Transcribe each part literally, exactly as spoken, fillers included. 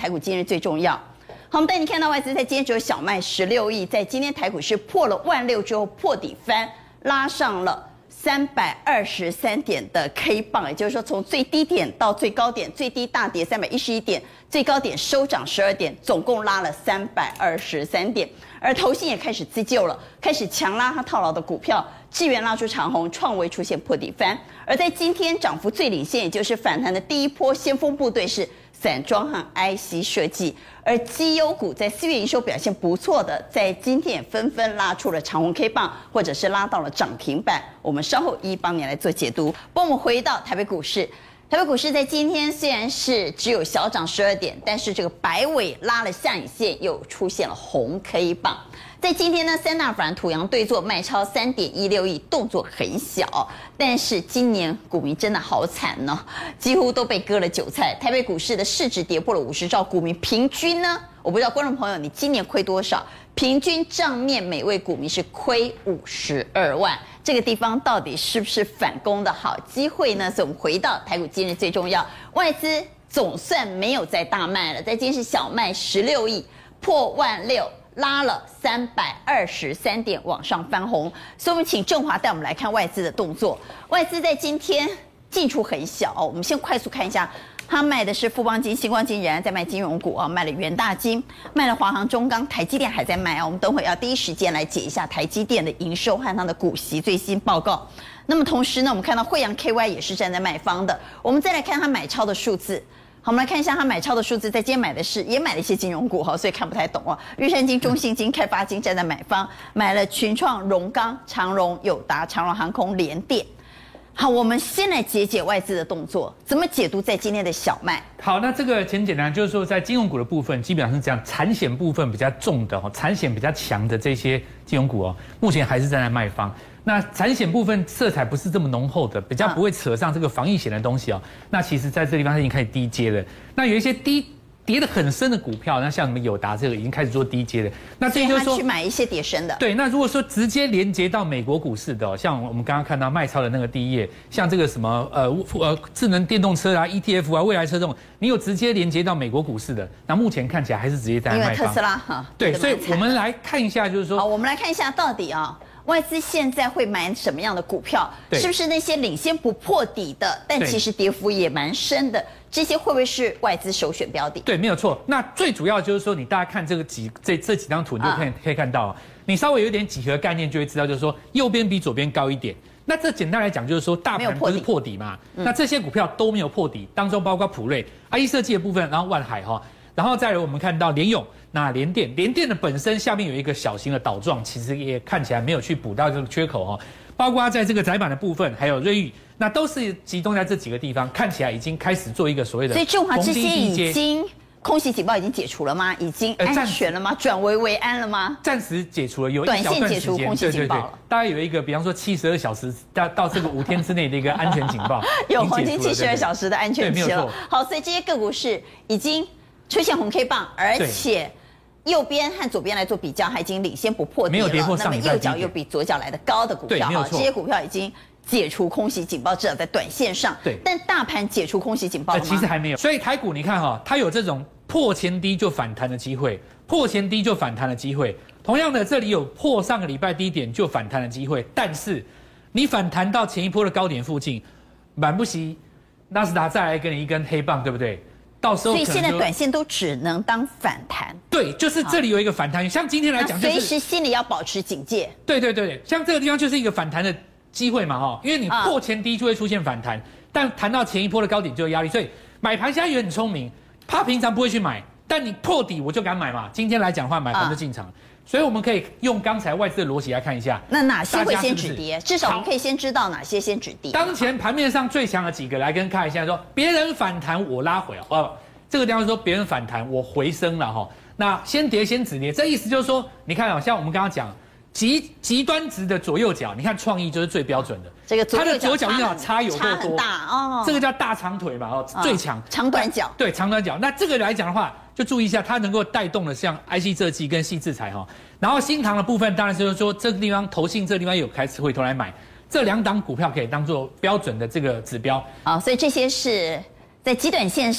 台股今日最重要。好，我们带你看到外资在今天只有小卖十六亿，在今天台股是破了万六之后破底翻，拉上了三百二十三点的 K 棒，也就是说从最低点到最高点，最低大跌三百一十一点，最高点收涨十二点，总共拉了三百二十三点。而投信也开始自救了，开始强拉他套牢的股票，智原拉出长红，创维出现破底翻。而在今天涨幅最领先，也就是反弹的第一波先锋部队是散装和 I C 设计，而绩优股在四月营收表现不错的，在今天也纷纷拉出了长红 K 棒，或者是拉到了涨停板。我们稍后一一帮你来做解读。不过我们回到台北股市，台北股市在今天虽然是只有小涨十二点，但是这个百尾拉了下影线，又出现了红 K 棒。在今天呢，三大法人土洋对做卖超三点一六亿，动作很小，但是今年股民真的好惨呢、哦，几乎都被割了韭菜。台北股市的市值跌破了五十兆，股民平均呢，我不知道观众朋友你今年亏多少？平均账面每位股民是亏五十二万，这个地方到底是不是反攻的好机会呢？所以我们回到台股今日最重要，外资总算没有再大卖了，在今天是小卖十六亿，破万六。拉了三百二十三点往上翻红，所以我们请正华带我们来看外资的动作。外资在今天进出很小，我们先快速看一下，他卖的是富邦金、星光金，仍然在卖金融股啊，卖了元大金，卖了华航、中钢，台积电还在卖啊。我们等会要第一时间来解一下台积电的营收和它的股息最新报告。那么同时呢，我们看到慧洋 K Y 也是站在卖方的。我们再来看它买超的数字。好，我们来看一下他买超的数字，在今天买的是也买了一些金融股哈，所以看不太懂哦。玉山金、中信金、开发金站在买方，买了群创、荣钢、长荣、友达、长荣航空、联电。好，我们先来解解外资的动作，怎么解读在今天的小卖？ 好，那这个很简单，就是说在金融股的部分，基本上是这样，产险部分比较重的哦，产险比较强的这些金融股哦，目前还是站在卖方。那产险部分色彩不是这么浓厚的，比较不会扯上这个防疫险的东西哦。那其实在这地方它已经开始低阶了。那有一些低跌得很深的股票，那像什么友达这个已经开始做低阶了。那这就是说去买一些跌深的。 对，那如果说直接连接到美国股市的、哦，像我们刚刚看到卖超的那个第一页，像这个什么呃呃智能电动车啊、E T F 啊、未来车这种，你有直接连接到美国股市的，那目前看起来还是直接在卖方。 因为特斯拉哈。 对，所以我们来看一下，就是说， 好，我们来看一下到底啊。外资现在会买什么样的股票？是不是那些领先不破底的，但其实跌幅也蛮深的？这些会不会是外资首选标的？ 对，没有错。那最主要就是说，你大家看这个几这这几张图，你就可以、啊、可以看到，你稍微有点几何概念，就会知道，就是说右边比左边高一点。那这简单来讲，就是说大盘不是破底嘛？嗯、那这些股票都没有破底，当中包括普瑞、I E 设计的部分，然后万海哈。然后再来，我们看到联咏，那联电，联电的本身下面有一个小型的倒状，其实也看起来没有去补到这个缺口哈。包括在这个载板的部分，还有瑞昱，那都是集中在这几个地方，看起来已经开始做一个所谓的。 所以中华这些已经空袭警报已经解除了吗？已经安全了吗？转危为安了吗？ 暂时解除了，有一小段时间， 短线解除空袭警报了。 对对对，大概有一个，比方说七十二小时到到这个五天之内的一个安全警报， 有黄金七十二小时的安全期了。 对，没有错。 好，所以这些个股是已经出现红 K 棒，而且右边和左边来做比较，它已经领先不破底了， 没有跌破上礼拜低点。 那么右脚又比左脚来的高的股票，哈，这些股票已经解除空袭警报，至少在短线上。 对， 但大盘解除空袭警报了吗？ 其实还没有。所以台股你看哈、哦，它有这种破前低就反弹的机会，破前低就反弹的机会。同样的，这里有破上个礼拜低点就反弹的机会，但是你反弹到前一波的高点附近，满不息纳斯达再来给你一根黑棒，对不对？到时候所以现在短线都只能当反弹。 对，就是这里有一个反弹，像今天来讲，就是随时心里要保持警戒。 对对对，像这个地方就是一个反弹的机会嘛，哈，因为你破前低就会出现反弹，但弹到前一波的高点就有压力，所以买盘现在也很聪明，他平常不会去买，但你破底我就敢买嘛。今天来讲的话，买盘就进场。所以我们可以用刚才外资的逻辑来看一下， 那哪些会先止跌？至少我们可以先知道哪些先止跌。 当前盘面上最强的几个来跟看一下，说别人反弹我拉回哦，这个地方说别人反弹我回升了哈。那先跌先止跌，这意思就是说，你看啊、哦，像我们刚刚讲极极端值的左右脚，你看创意就是最标准的， 这个它的左脚右脚差有多多大哦， 这个叫大长腿嘛哦，最强长短脚， 对长短脚。那这个来讲的话，就注意一下，它能够带动的像 I C 设计跟矽智财哈。然后新唐的部分，当然就是说这个地方投信这个地方有开始回头来买，这两档股票可以当做标准的这个指标。 啊，所以这些是在极短线上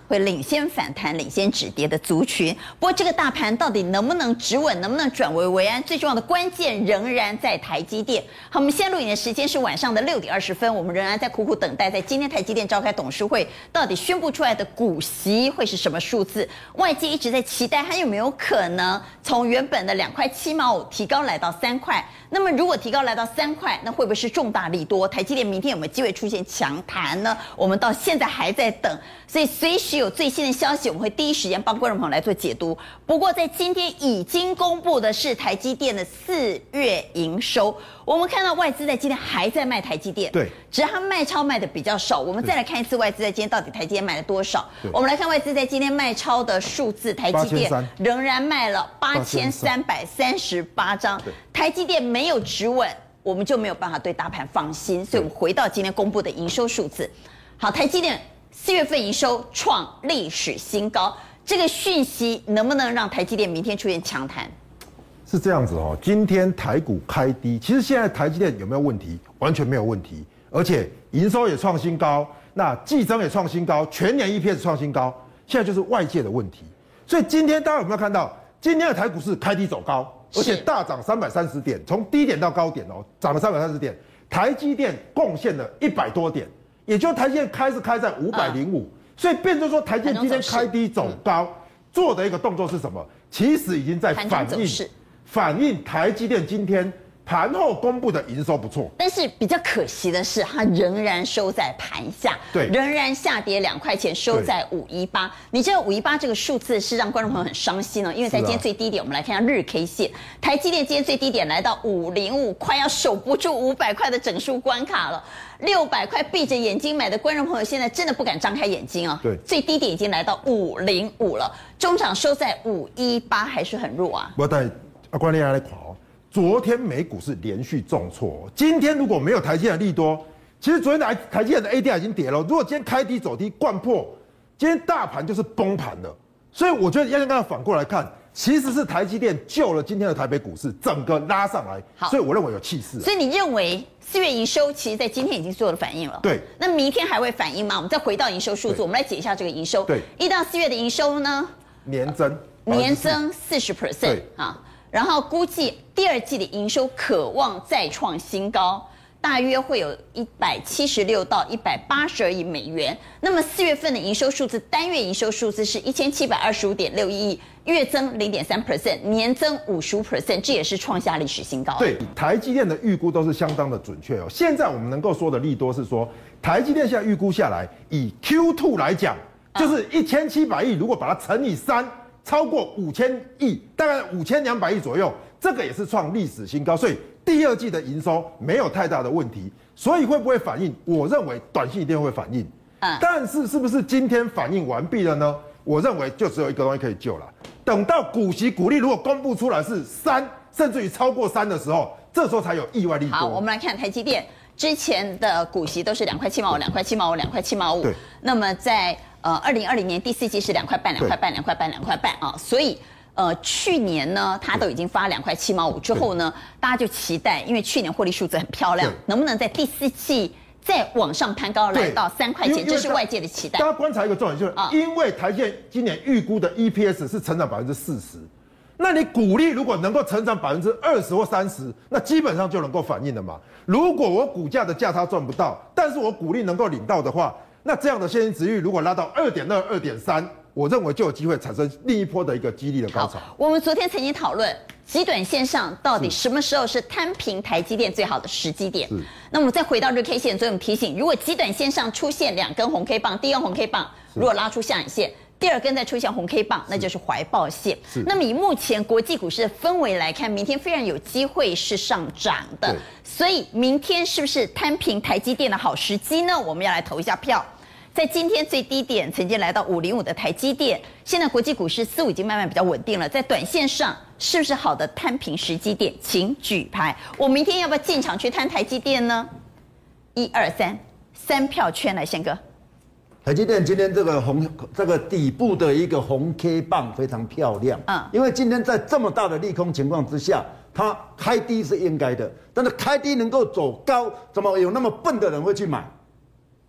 会领先反弹、领先止跌的族群。不过这个大盘到底能不能止稳，能不能转危为安，最重要的关键仍然在台积电。好，我们现在录影的时间是晚上的六点二十分，我们仍然在苦苦等待，在今天台积电召开董事会，到底宣布出来的股息会是什么数字？外界一直在期待，它有没有可能从原本的两块七毛五提高来到三块？那么如果提高来到三块，那会不会是重大利多？台积电明天有没有机会出现强弹呢？我们到现在还在等，所以随时有最新的消息，我们会第一时间帮观众朋友来做解读。不过在今天已经公布的是台积电的四月营收，我们看到外资在今天还在卖台积电， 对， 只是它卖超卖的比较少。我们再来看一次外资在今天到底台积电卖了多少？我们来看外资在今天卖超的数字，台积电仍然卖了八千三百三十八张，台积电没有止稳，我们就没有办法对大盘放心。所以我们回到今天公布的营收数字。好，台积电四月份营收创历史新高，这个讯息能不能让台积电明天出现强弹？ 是这样子哦，今天台股开低，其实现在台积电有没有问题？完全没有问题，而且营收也创新高，那季增也创新高，全年 E P S 创新高，现在就是外界的问题。所以今天大家有没有看到，今天的台股是开低走高，而且大涨三百三十点，从低点到高点哦，涨了三百三十点，台积电贡献了一百多点，也就是台积电开是开在五百零五，所以变成说台积电今天开低走高，做的一个动作是什么？其实已经在反映。反映台积电今天盘后公布的营收不错， 但是比较可惜的是，它仍然收在盘下， 对， 仍然下跌两块钱，收在五一八。你知道五一八这个数字是让观众朋友很伤心哦，因为在今天最低点，我们来看一下日 K 线，台积电今天最低点来到五零五，快要守不住五百块的整数关卡了。六百块闭着眼睛买的观众朋友，现在真的不敢张开眼睛啊！ 对， 最低点已经来到五零五了，中场收在五一八，还是很弱啊。 我带阿关联来看哦，昨天美股是连续重挫，今天如果没有台积电的利多，其实昨天的台积电的 A D R 已经跌了。如果今天开低走低灌破，今天大盘就是崩盘了。所以我觉得要跟它反过来看，其实是台积电救了今天的台北股市，整个拉上来。所以我认为有气势、啊。 所以你认为四月营收其实在今天已经做了反应了？ 对。 那明天还会反应吗？我们再回到营收数字，我们来解一下这个营收。 对。 一到四月的营收呢？ 年增。 年增四十 percent 啊。然后估计第二季的营收可望再创新高，大约会有一百七十六到一百八十二亿美元。那么四月份的营收数字，单月营收数字是一千七百二十五点六一亿，月增零点三 percent， 年增五十五 percent， 这也是创下历史新高。 对，台积电的预估都是相当的准确哦。现在我们能够说的利多是说，台积电现在预估下来，以 Q 二 来讲，就是一千七百亿，如果把它乘以三。超过五千亿，大概五千两百亿左右，这个也是创历史新高，所以第二季的营收没有太大的问题，所以会不会反应？我认为短期一定会反应，嗯，但是是不是今天反应完毕了呢？我认为就只有一个东西可以救了，等到股息股利如果公布出来是三，甚至于超过三的时候，这时候才有意外利多。 好，我们来看台积电之前的股息都是两块七毛五，两块七毛五，两块七毛五， 对， 那么在呃，二零二零年第四季是两块半，两块半，两块半，两块半啊，所以呃，去年呢，它都已经发两块七毛五之后呢，大家就期待，因为去年获利数字很漂亮，能不能在第四季再往上攀高，来到三块钱？这是外界的期待。 大家观察一个重点就是，啊、因为台积电今年预估的 E P S 是成长百分之四十，那你股利如果能够成长百分之二十或三十，那基本上就能够反映了嘛。如果我股价的价差赚不到，但是我股利能够领到的话，那这样的现金殖利率如果拉到二点二、二点三，我认为就有机会产生另一波的一个激励的高潮。 我们昨天曾经讨论极短线上到底什么时候是摊平台积电最好的时机点。那我们再回到日 K 线，所以我们提醒，如果极短线上出现两根红 K 棒，第一根红 K 棒如果拉出下影线，第二根再出现红 K 棒，那就是怀抱线。那么以目前国际股市的氛围来看，明天非常有机会是上涨的。所以明天是不是摊平台积电的好时机呢？我们要来投一下票。在今天最低点曾经来到五零五的台积电，现在国际股市似乎已经慢慢比较稳定了，在短线上是不是好的摊平时机点？请举牌，我明天要不要进场去摊台积电呢？一二三，三票圈来，宪哥。 台积电今天这个红这个底部的一个红 K 棒非常漂亮，嗯，因为今天在这么大的利空情况之下，它开低是应该的，但是开低能够走高，怎么有那么笨的人会去买？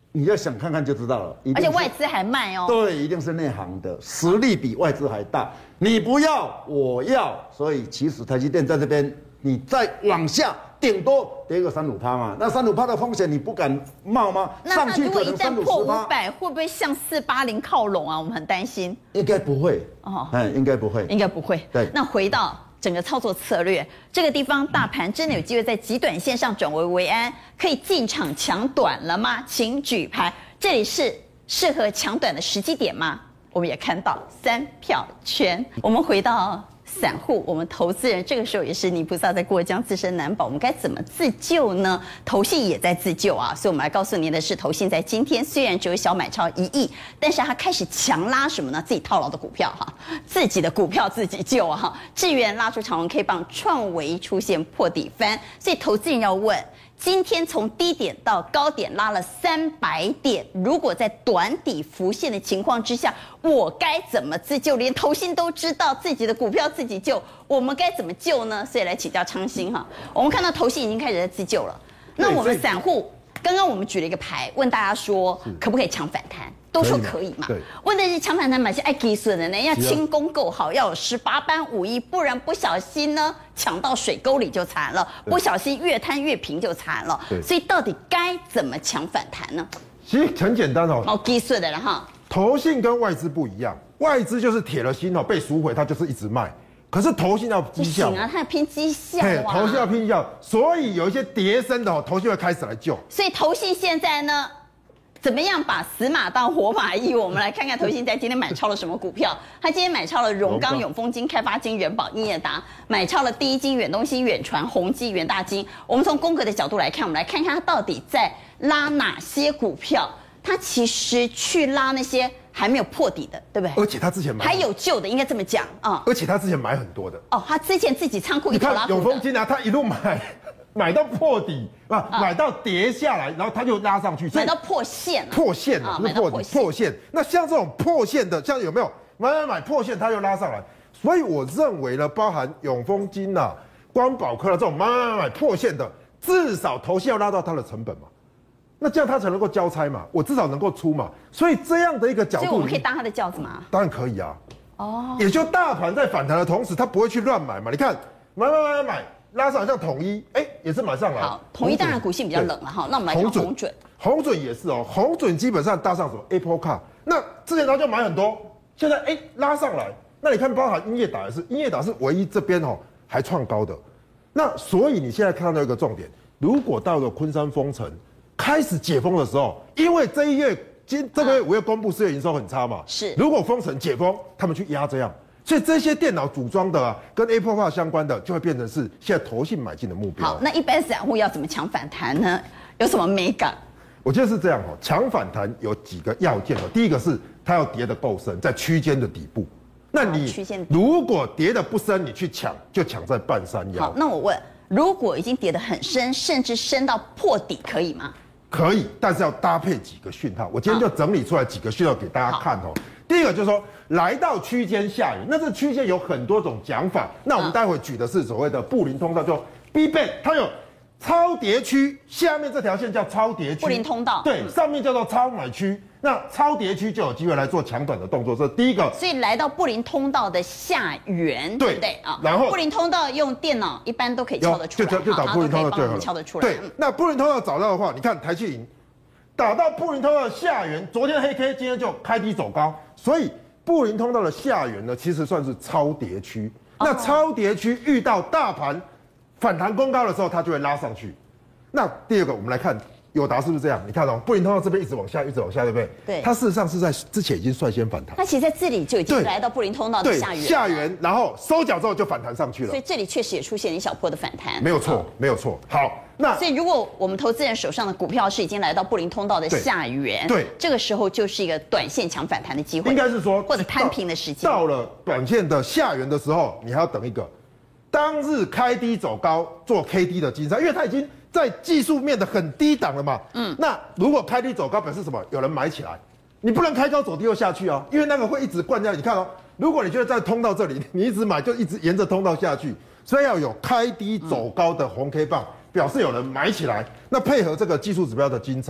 你要想看看就知道了。 而且外资还卖哦。 对，一定是内行的，实力比外资还大。你不要，我要，所以其实台积电在这边，你再往下，顶多跌个三五趴嘛。那三五趴的风险你不敢冒吗？ 那如果一旦破五百，会不会向四八零靠拢啊？我们很担心。 应该不会哦，哎，应该不会， 应该不会。 对， 那回到整个操作策略，这个地方大盘真的有机会在极短线上转危为安，可以进场抢短了吗？请举牌，这里是适合抢短的时机点吗？我们也看到三票圈。我们回到散户，我们投资人这个时候也是泥菩萨在过江，自身难保，我们该怎么自救呢？投信也在自救啊，所以我们来告诉您的是，投信在今天虽然只有小买超一亿，但是它开始强拉什么呢？自己套牢的股票哈，自己的股票自己救啊哈。智原拉出长红 K 棒，创维出现破底翻，所以投资人要问。今天从低点到高点拉了三百点，如果在短底浮现的情况之下，我该怎么自救？连投信都知道自己的股票自己救，我们该怎么救呢？所以来请教昌兴哈。我们看到投信已经开始在自救了，那我们散户刚刚我们举了一个牌，问大家说可不可以抢反弹？都说可以嘛。 对。 问的是抢反弹买些爱技术的呢，要轻功够好，要有十八般武艺，不然不小心呢抢到水沟里就惨了，不小心越摊越平就惨了。所以到底该怎么抢反弹呢？ 其实很简单哦。 哦，技术的了哈。 投信跟外资不一样，外资就是铁了心哦，被赎回，它就是一直卖。可是投信要绩效， 不行啊，它要拼绩效啊。 投信要拼绩效，所以有一些跌升的哦，投信会开始来救。 所以投信现在呢？怎么样把死马当活马医？我们来看看投信在今天买超了什么股票。他今天买超了荣钢、永丰金、开发金、人保、英业达，买超了第一金、远东新、远传、宏基、元大金。我们从功课的角度来看，我们来看看他到底在拉哪些股票。他其实去拉那些还没有破底的，对不对？ 而且他之前买还有旧的，应该这么讲啊。 而且他之前买很多的。 哦，他之前自己仓库一头拉永丰金啊，他一路买。买到破底啊，买到跌下来，然后它就拉上去， 买到破线了， 破线了，不是破底，破线。那像这种破线的，像有没有买买买破线，它又拉上来？所以我认为呢，包含永丰金啊、光宝科的这种买买买破线的，至少头线要拉到它的成本嘛，那这样它才能够交差嘛，我至少能够出嘛。所以这样的一个角度， 所以我们可以当它的轿子吗？ 当然可以啊。 哦， 也就大盘在反弹的同时，它不会去乱买嘛。你看，买买买买买。拉上像统一，哎，也是买上来。 好，统一当然股性比较冷了哈。那我们来看红准， 红准也是哦，红准基本上搭上什么 Apple Car， 那之前它就买很多，现在哎拉上来，那你看包含英业达也是，英业达是唯一这边哦还创高的。那所以你现在看到一个重点，如果到了昆山封城开始解封的时候，因为这一月今这个月五月公布四月营收很差嘛， 是， 如果封城解封，他们去压这样。所以这些电脑组装的啊，跟 Apple Car 相关的，就会变成是现在投信买进的目标。 好，那一般散户要怎么抢反弹呢？有什么美感？ 我觉得是这样哦，抢反弹有几个要件哦。第一个是它要跌得够深，在区间的底部。那你如果跌得不深，你去抢就抢在半山腰。 好，那我问，如果已经跌得很深，甚至深到破底，可以吗？ 可以，但是要搭配几个讯号。我今天就整理出来几个讯号给大家看哦。第一个就是说，来到区间下缘，那这区间有很多种讲法。那我们待会举的是所谓的布林通道，就 B 倍，它有超跌区，下面这条线叫超跌区。 布林通道。 对，上面叫做超买区。那超跌区就有机会来做抢短的动作，这是第一个。 所以来到布林通道的下缘，对不对啊？ 然后布林通道用电脑一般都可以敲得出来， 就就找布林通道最好敲得出来。 对，那布林通道找到的话，你看台积银打到布林通道的下缘，昨天黑 K， 今天就开低走高，所以。布林通道的下缘呢，其实算是超跌区。那超跌区遇到大盘反弹攻高的时候，它就会拉上去。那第二个，我们来看友达是不是这样？你看哦，布林通道这边一直往下，一直往下，对不对？ 对。 它事实上是在之前已经率先反弹。 它其实在这里就已经来到布林通道的下缘。 下缘，然后收脚之后就反弹上去了。 所以这里确实也出现一小波的反弹。 没有错，没有错。好。那所以，如果我们投资人手上的股票是已经来到布林通道的下缘， 对， 这个时候就是一个短线抢反弹的机会， 应该是说或者摊平的时机。 到了短线的下缘的时候，你还要等一个当日开低走高做 K D 的金山，因为它已经在技术面的很低档了嘛。嗯，那如果开低走高表示什么？有人买起来，你不能开高走低又下去啊，因为那个会一直灌下去。你看哦，如果你觉得在通道这里，你一直买就一直沿着通道下去，所以要有开低走高的红 K 棒。表示有人买起来，那配合这个技术指标的金叉，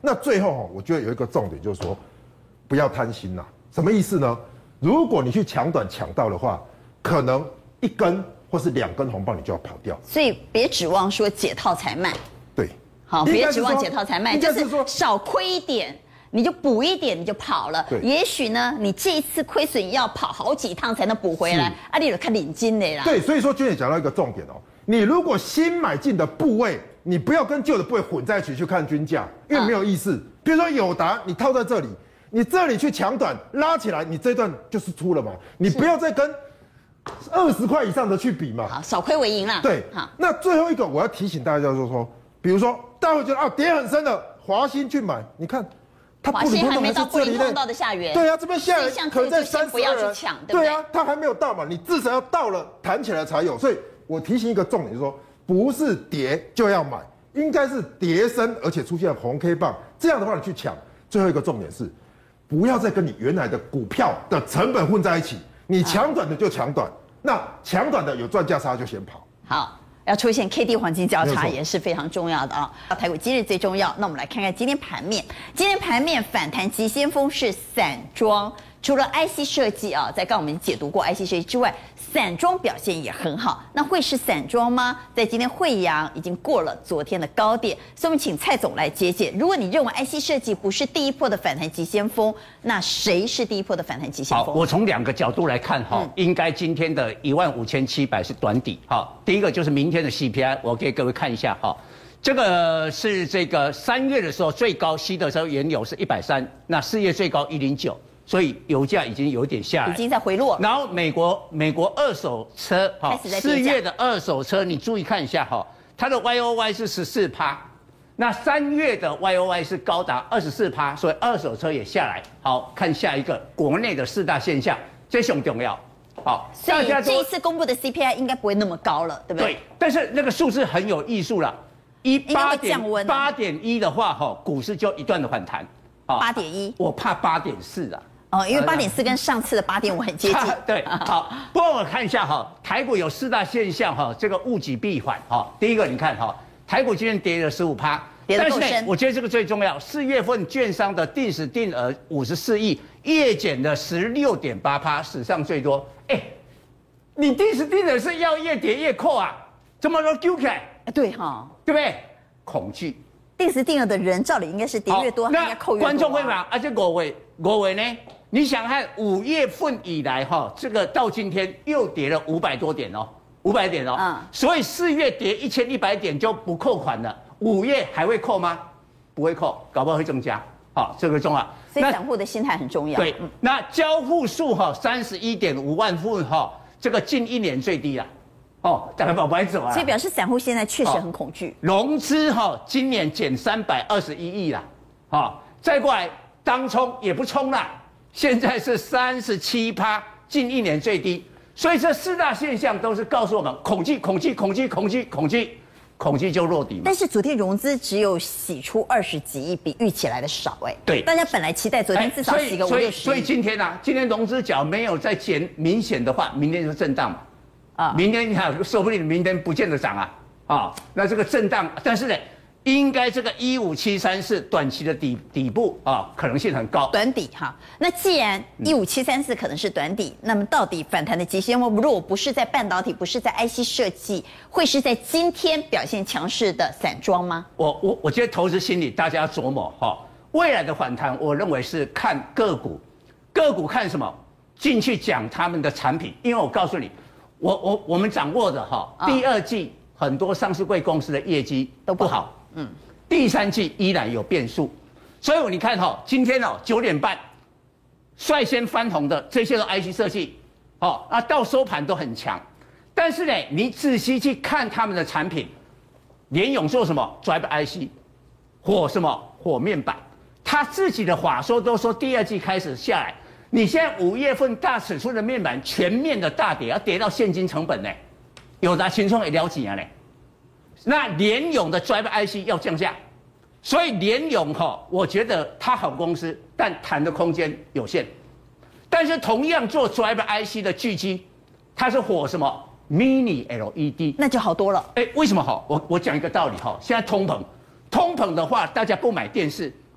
那最后哈，我觉得有一个重点就是说，不要贪心呐。什么意思呢？如果你去抢短抢到的话，可能一根或是两根红棒你就要跑掉。 所以别指望说解套才卖。 对， 好，别指望解套才卖， 就是说少亏一点。你就补一点，你就跑了。也许呢，你这一次亏损要跑好几趟才能补回来。啊，你有看领金的啦。 对，所以说娟姐讲到一个重点哦，你如果新买进的部位，你不要跟旧的部位混在一起去看均价，因为没有意思。嗯、比如说友达，你套在这里，你这里去抢短拉起来，你这段就是出了嘛。你不要再跟二十块以上的去比嘛。 好，少亏为赢啦。 对，好。那最后一个我要提醒大家就是说，比如说大家会觉得啊跌很深的，华兴去买，你看。它华兴还没到布林通道的下缘， 对啊，这边下来可能在三十二人， 对啊，它还没有到嘛，你至少要到了弹起来才有。所以我提醒一个重点，就是说不是跌就要买，应该是跌深而且出现红 K 棒，这样的话你去抢。最后一个重点是，不要再跟你原来的股票的成本混在一起，你抢短的就抢短，那抢短的有赚价差就先跑。 好。要出现 K D 黄金交叉也是非常重要的啊！台股今日最重要，那我们来看看今天盘面。今天盘面反弹急先锋是散装，除了 I C 设计啊，在刚我们解读过 I C 设计之外，散装表现也很好。那会是散装吗？在今天汇阳已经过了昨天的高点，所以我们请蔡总来接见。如果你认为 I C 设计不是第一波的反弹急先锋，那谁是第一波的反弹急先锋？ 好，我从两个角度来看哈，嗯、应该今天的一万五千七百是短底。好，第一个就是明天的 C P I， 我给各位看一下哈。这个是这个三月的时候最高，西德州原油是一百三，那四月最高一零九。所以油价已经有点下来， 已经在回落。 然后美国美国二手车哈，四月的二手车，你注意看一下哈，它的 Y O Y 是十四趴，那三月的 Y O Y 是高达二十四趴，所以二手车也下来。好看下一个国内的四大现象，这很重要。好， 所以这一次公布的 C P I 应该不会那么高了，对不对？ 对，但是那个数字很有艺术了，一八点八点一的话哈，股市就一段的反弹。 八点一， 我怕八点四啊。 哦，因为八点四跟上次的八点五很接近。 对，好，不过我看一下哈，台股有四大现象哈，这个物极必反哈。第一个，你看哈，台股今天跌了十五趴， 跌得够深。 但是呢，我觉得这个最重要，四月份券商的定时定额五十四亿，月减的十六点八趴，史上最多。哎，你定时定额是要越跌越扣啊，怎么都丢起来？ 对哈， 对不对？恐惧。 定时定额的人，照理应该是跌越多，应该扣越多、啊。 观众会嘛？而且五月五月呢？你想看五月份以来哈，这个到今天又跌了五百多点哦，五百点哦。嗯。所以四月跌一千一百点就不扣款了，五月还会扣吗？不会扣，搞不好会增加。好，这个重要。 所以散户的心态很重要。 对，那交付数哈三十一点五万户哈，这个近一年最低了。哦，大概宝宝走啊。 所以表示散户现在确实很恐惧。 融资哈今年减三百二十一亿啦，好，再过来当冲也不冲啦。现在是三十七趴，近一年最低，所以这四大现象都是告诉我们恐惧、恐惧、恐惧、恐惧、恐惧，恐惧就落底嘛。 但是昨天融资只有洗出二十几亿，比预期来的少哎。 对， 大家本来期待昨天至少洗个五六十亿。 所以今天呢、啊，今天融资角没有再减明显的话，明天就震荡嘛。啊，明天你看，说不定明天不见得涨啊。啊，那这个震荡，但是呢。应该这个一五七三四短期的底底部啊，可能性很高。 短底哈，那既然一五七三四可能是短底，嗯、那么到底反弹的极限，如果不是在半导体，不是在 I C 设计，会是在今天表现强势的散装吗？ 我我我觉得投资心理大家要琢磨哈，未来的反弹，我认为是看个股，个股看什么？进去讲他们的产品，因为我告诉你，我我我们掌握的哈，哦、第二季很多上市柜公司的业绩都不好。嗯，第三季依然有变数，所以你看哈、哦，今天哦九点半率先翻红的这些都 I C 设计，哦啊到收盘都很强，但是呢，你仔细去看他们的产品，联咏做什么 ？Drive I C， 火什么？火面板，他自己的话说都说第二季开始下来，你现在五月份大尺寸的面板全面的大跌，要跌到现金成本呢，有的轻松也了解啊嘞。那联咏的 Drive I C 要降价，所以联咏哈，我觉得它好公司，但谈的空间有限。但是同样做 Drive I C 的巨基，它是火什么 Mini L E D， 那就好多了。 哎，为什么好？我我讲一个道理哈，现在通膨，通膨的话，大家不买电视，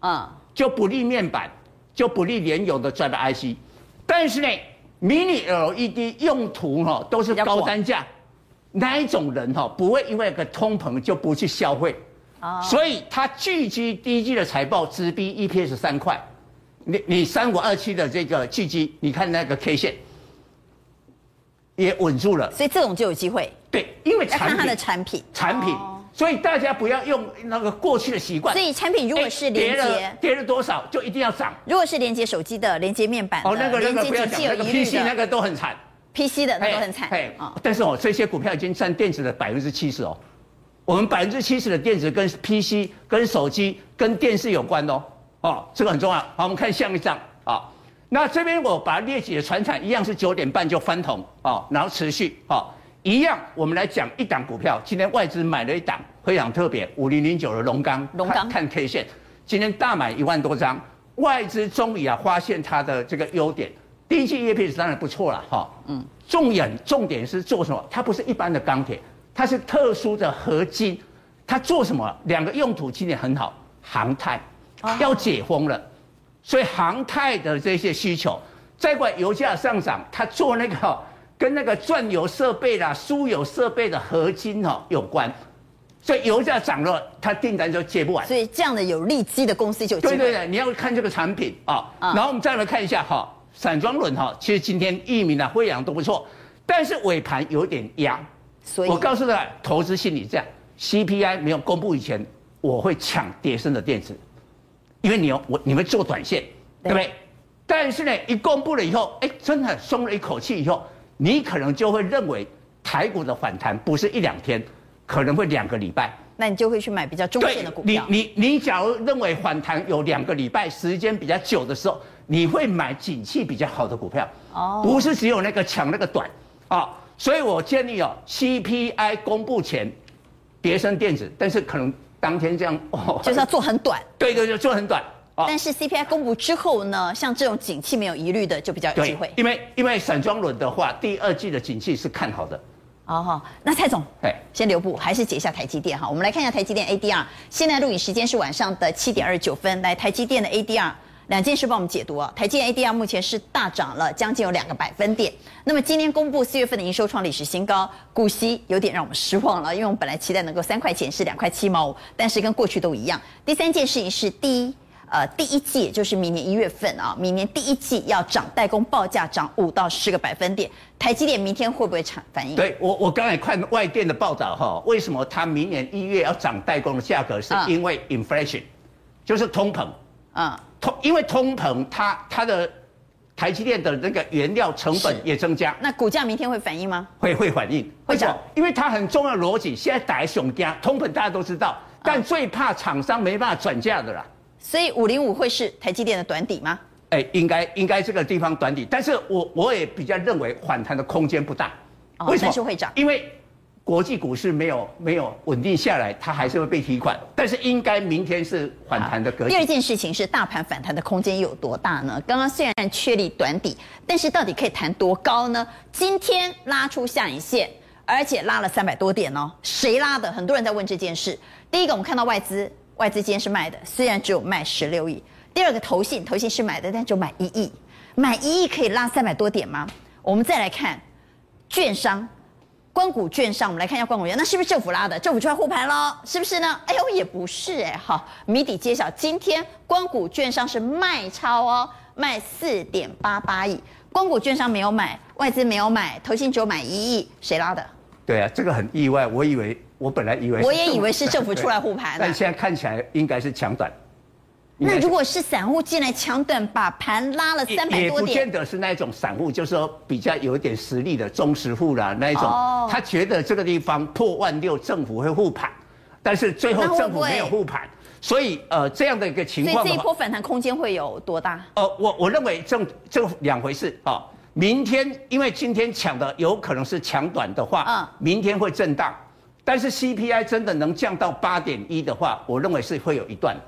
嗯， 就不利面板，就不利联咏的 Driver I C。但是呢 ，Mini L E D 用途哈都是高单价，哪一种人哈不会因为个通膨就不去消费？哦，所以它巨基第一季的财报直逼 E P S 三块。你你三五二七的这个巨基，你看那个 K 线也稳住了， 所以这种就有机会。 对，因为产品要看它的产品， 产品，哦，所以大家不要用那个过去的习惯。 所以产品如果是连接跌了多少就一定要涨。 如果是连接手机的、连接面板的、 哦，那个那个不要讲，那个 P C 那个都很惨 ，P C 的那都很惨。 哎，但是哦，这些股票已经占电子的百分之七十哦。我们百分之七十的电子跟 P C、跟手机、跟电视有关哦。哦，这个很重要。好，我们看下一张。啊，那这边我把它列举的传产一样是九点半就翻红啊，然后持续啊，一样我们来讲一档股票，今天外资买了一档非常特别，五零零九的龙钢， 龙钢看 K 线，今天大买一万多张，外资终于啊发现它的这个优点，第一季 E P S 当然不错了哈，嗯，重点重点是做什么？它不是一般的钢铁，它是特殊的合金，它做什么？两个用途今年很好，航太要解封了。所以航太的这些需求，再过来油价上涨，它做那个跟那个钻油设备啦、输油设备的合金哈有关，所以油价涨了，它订单就接不完。 所以这样的有利基的公司就有机会。 对对对，你要看这个产品啊。嗯、然后我们再来看一下哈，散装轮哈，其实今天裕民啊、辉阳都不错，但是尾盘有点压。所以我告诉大家，投资心理这样 ，C P I 没有公布以前，我会抢跌升的电子。因为你有我，你们做短线，对不对？但是呢，一公布了以后，哎，真的松了一口气以后，你可能就会认为台股的反弹不是一两天，可能会两个礼拜。 那你就会去买比较中线的股票。 你你你，假如认为反弹有两个礼拜，时间比较久的时候，你会买景气比较好的股票。哦，不是只有那个抢那个短啊。所以我建议哦 ，C P I 公布前，跌升电子，但是可能。当天这样哦， 就是要做很短， 对对对，做很短。 哦、但是 C P I 公布之后呢，像这种景气没有疑虑的，就比较有机会。 因为因为散装轮的话，第二季的景气是看好的。 哦，那蔡总，先留步，还是解一下台积电哈。我们来看一下台积电 A D R， 现在录影时间是晚上的七点二十九分。来，台积电的 A D R。两件事帮我们解读啊，台积电 A D R 目前是大涨了将近有两个百分点。那么今天公布四月份的营收创历史新高，股息有点让我们失望了，因为我们本来期待能够三块钱是两块七毛五，但是跟过去都一样。第三件事情是第一，呃，第一季也就是明年一月份啊，明年第一季要涨代工报价涨五到十个百分点，台积电明天会不会产反应？ 对我我刚才看外电的报道哈，为什么它明年一月要涨代工的价格？是因为 inflation，、嗯、就是通膨。嗯，通因为通膨，它它的台积电的那个原料成本也增加， 那股价明天会反应吗？ 会会反应， 会涨， 因为它很重要的逻辑，现在打在熊家，通膨大家都知道，但最怕厂商没办法转嫁的啦。 所以五零五会是台积电的短底吗？ 哎、欸，应该应该这个地方短底，但是我我也比较认为反弹的空间不大， 哦、为什么？但是会涨， 因为。国际股市没有没有稳定下来，它还是会被提款，但是应该明天是反弹的格局。 第二件事情是大盘反弹的空间有多大呢？刚刚虽然确立短底，但是到底可以弹多高呢？今天拉出下影线，而且拉了三百多点哦，谁拉的？很多人在问这件事。第一个，我们看到外资，外资今天是卖的，虽然只有卖十六亿。第二个，投信，投信是买的，但只有买一亿，买一亿可以拉三百多点吗？我们再来看券商。官股券商，我们来看一下官股券，那是不是政府拉的？政府出来护盘咯，是不是呢？哎呦，也不是哎，好，谜底揭晓，今天官股券商是卖超哦，卖四点八八亿，官股券商没有买，外资没有买，投信只有买一亿，谁拉的？ 对啊，这个很意外，我以为我本来以为我也以为是政府出来护盘， 但现在看起来应该是抢短。 那如果是散户进来抢短，把盘拉了三百多点， 也不见得是那一种散户，就是说比较有一点实力的中实户啦，那一种，哦、他觉得这个地方破万六，政府会护盘，但是最后政府没有护盘，所以呃这样的一个情况， 所以这一波反弹空间会有多大？ 呃，我我认为这这两回事啊、哦。明天因为今天抢的有可能是抢短的话，嗯，明天会震荡，但是 C P I 真的能降到八点一的话，我认为是会有一段。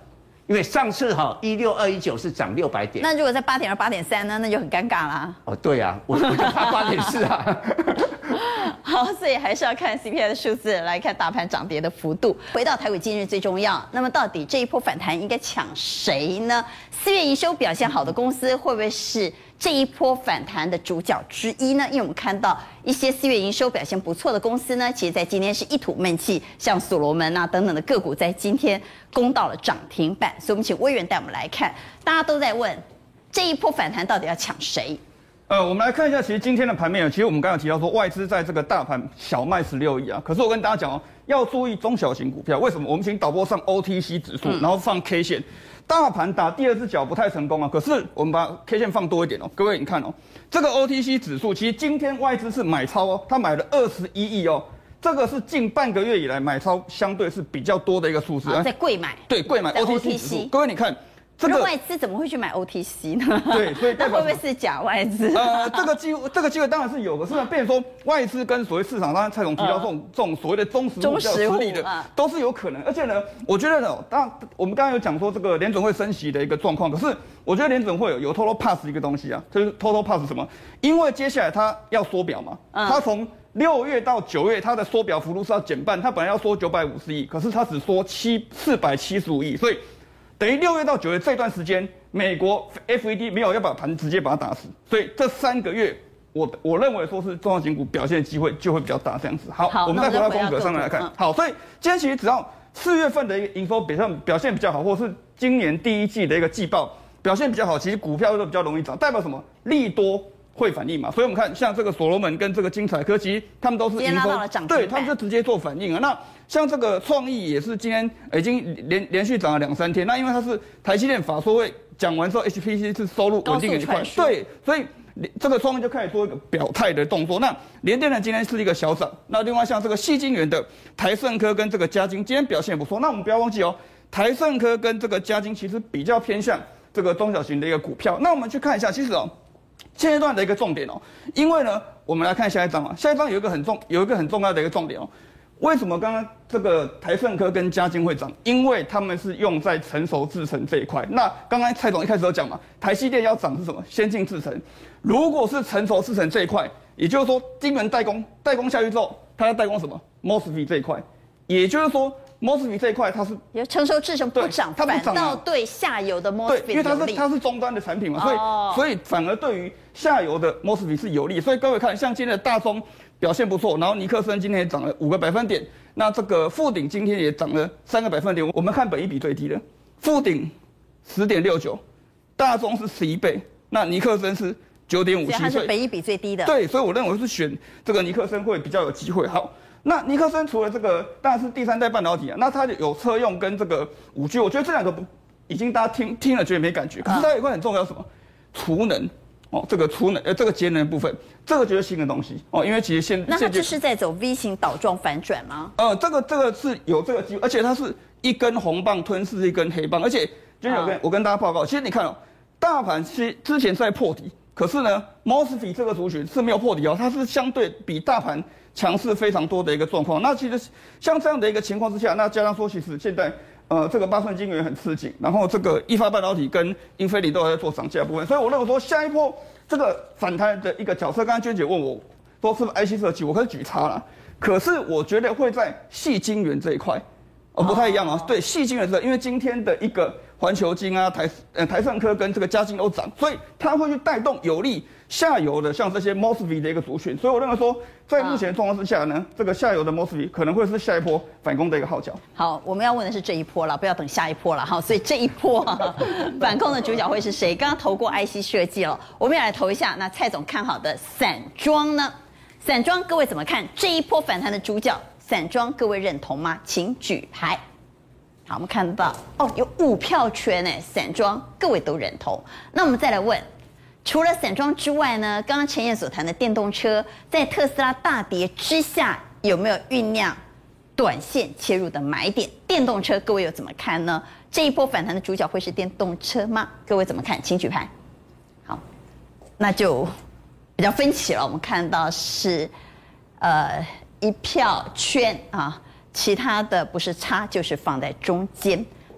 因为上次哈一六二一九是涨六百点。 那如果在八点二、八点三呢，那就很尴尬啦。 哦，对啊，我我就怕八点四啊。 好，所以还是要看 C P I 的数字来看大盘涨跌的幅度。回到台股今日最重要，那么到底这一波反弹应该抢谁呢？四月营收表现好的公司会不会是这一波反弹的主角之一呢？因为我们看到一些四月营收表现不错的公司呢，其实在今天是一吐闷气，像所罗门啊等等的个股在今天攻到了涨停板。所以我们请威远带我们来看，大家都在问这一波反弹到底要抢谁？ 呃，我们来看一下，其实今天的盘面呢，其实我们刚刚提到说外资在这个大盘小卖十六亿啊，可是我跟大家讲哦，要注意中小型股票，为什么？我们请导播上 O T C 指数，然后放 K 线，大盘打第二只脚不太成功啊，可是我们把 K 线放多一点哦，各位你看哦，这个 O T C 指数其实今天外资是买超哦，它买了二十一亿哦，这个是近半个月以来买超相对是比较多的一个数字啊，在贵买， 对，贵买 O T C 指数，各位你看。 这个外资怎么会去买 O T C 呢？ 对，所以那会不会是假外资？ 呃，这个机会，这个机会当然是有，可是呢，变成说外资跟所谓市场，当然蔡总提到这种、嗯、这种所谓的中实户比较有实力的，嗯、都是有可能。而且呢，我觉得呢，当然我们刚刚有讲说这个联准会升息的一个状况，可是我觉得联准会有有偷偷 pass 一个东西啊，就是偷偷 pass 什么？因为接下来它要缩表嘛，嗯、它从六月到九月，它的缩表幅度是要减半，它本来要缩九百五十亿，可是它只缩七四百七十五亿，所以等于六月到九月这段时间。美国 F E D 没有要把盘直接把它打死，所以这三个月我我认为说是中小型股表现的机会就会比较大，这样子。好，好我们再回到风格上来看。好，所以今天其实只要四月份的一个营收表现表现比较好，或是今年第一季的一个季报表现比较好，其实股票都比较容易涨，代表什么？利多会反应嘛。所以我们看像这个所罗门跟这个精彩科，其实他们都是营收，对，他们就直接做反应啊。那像这个创意也是今天已经连连续涨了两三天，那因为它是台积电法说会讲完之后 H P C 是收入稳定的一块，对，所以这个创意就开始做一个表态的动作。那联电呢今天是一个小涨，那另外像这个矽晶圆的台胜科跟这个嘉晶今天表现也不错。那我们不要忘记哦，台胜科跟这个嘉晶其实比较偏向这个中小型的一个股票。那我们去看一下，其实哦。现阶段的一个重点哦，因为呢，我们来看下一章啊，下一章有一个很重，有一个很重要的一个重点哦。为什么刚刚这个台胜科跟嘉晶会涨？因为他们是用在成熟制程这一块。那刚刚蔡总一开始有讲嘛，台积电要涨是什么？先进制程。如果是成熟制程这一块，也就是说晶圆代工，代工下去之后，它要代工什么 ？M O S F E T 这一块，也就是说。M O S F E T 这一块它是有成熟制程不涨，反倒对下游的 M O S F E T 对，因为它是它是终端的产品嘛，所以、哦、所以反而对于下游的 M O S F E T 是有利。所以各位看，像今天的大宗表现不错，然后尼克森今天也涨了五个百分点，那这个富鼎今天也涨了三个百分点。我们看本益比最低的，富鼎十点六九，大宗是十一倍，那尼克森是九点五七， 它是本益比最低的。 对，所以我认为是选这个尼克森会比较有机会。好。那尼克森除了这个，当然是第三代半导体啊，那它有车用跟这个五 G， 我觉得这两个不已经大家听听了觉得没感觉，可是它有一块很重要什么？储能哦，这个储能呃这个节能的部分，这个就是新的东西哦，因为其实现那它就是在走 V 型倒状反转吗？ 呃，这个这个是有这个机会，而且它是一根红棒吞噬一根黑棒，而且就是有跟、啊、我跟大家报告，其实你看哦，大盘其实之前是在破底，可是呢 M O S F E T 这个族群是没有破底哦，它是相对比大盘强势非常多的一个状况。那其实像这样的一个情况之下，那加上说其实现在呃这个八寸晶圆很吃紧，然后这个一发半导体跟英飞凌都在做涨价部分，所以我认为说下一波这个反弹的一个角色，刚刚娟姐问我说是不是 I C 设计，我可是举差了，可是我觉得会在矽晶圆这一块，哦不太一样啊，对矽晶圆这，因为今天的一个环球晶啊台呃台胜科跟这个嘉晶都涨，所以它会去带动有利下游的像这些 M O S F E T 的一个族群，所以我认为说，在目前的状况之下呢，这个下游的 M O S F E T 可能会是下一波反攻的一个号角。 好，我们要问的是这一波了，不要等下一波了哈。所以这一波、啊、反攻的主角会是谁？刚刚投过 I C 设计了，我们也来投一下。那蔡总看好的散装呢？散装各位怎么看？这一波反弹的主角散装，各位认同吗？请举牌。好，我们看到哦，有五票圈哎，散装各位都认同。那我们再来问。除了散装之外呢，刚刚陈燕所谈的电动车，在特斯拉大跌之下，有没有酝酿短线切入的买点？电动车各位又怎么看呢？这一波反弹的主角会是电动车吗？各位怎么看？请举牌。好，那就比较分歧了。我们看到是呃一票圈啊，其他的不是叉就是放在中间。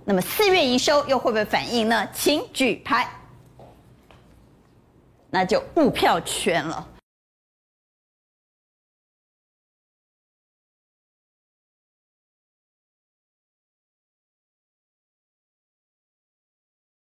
那么四月营收又会不会反应呢？请举牌。那就误票圈了。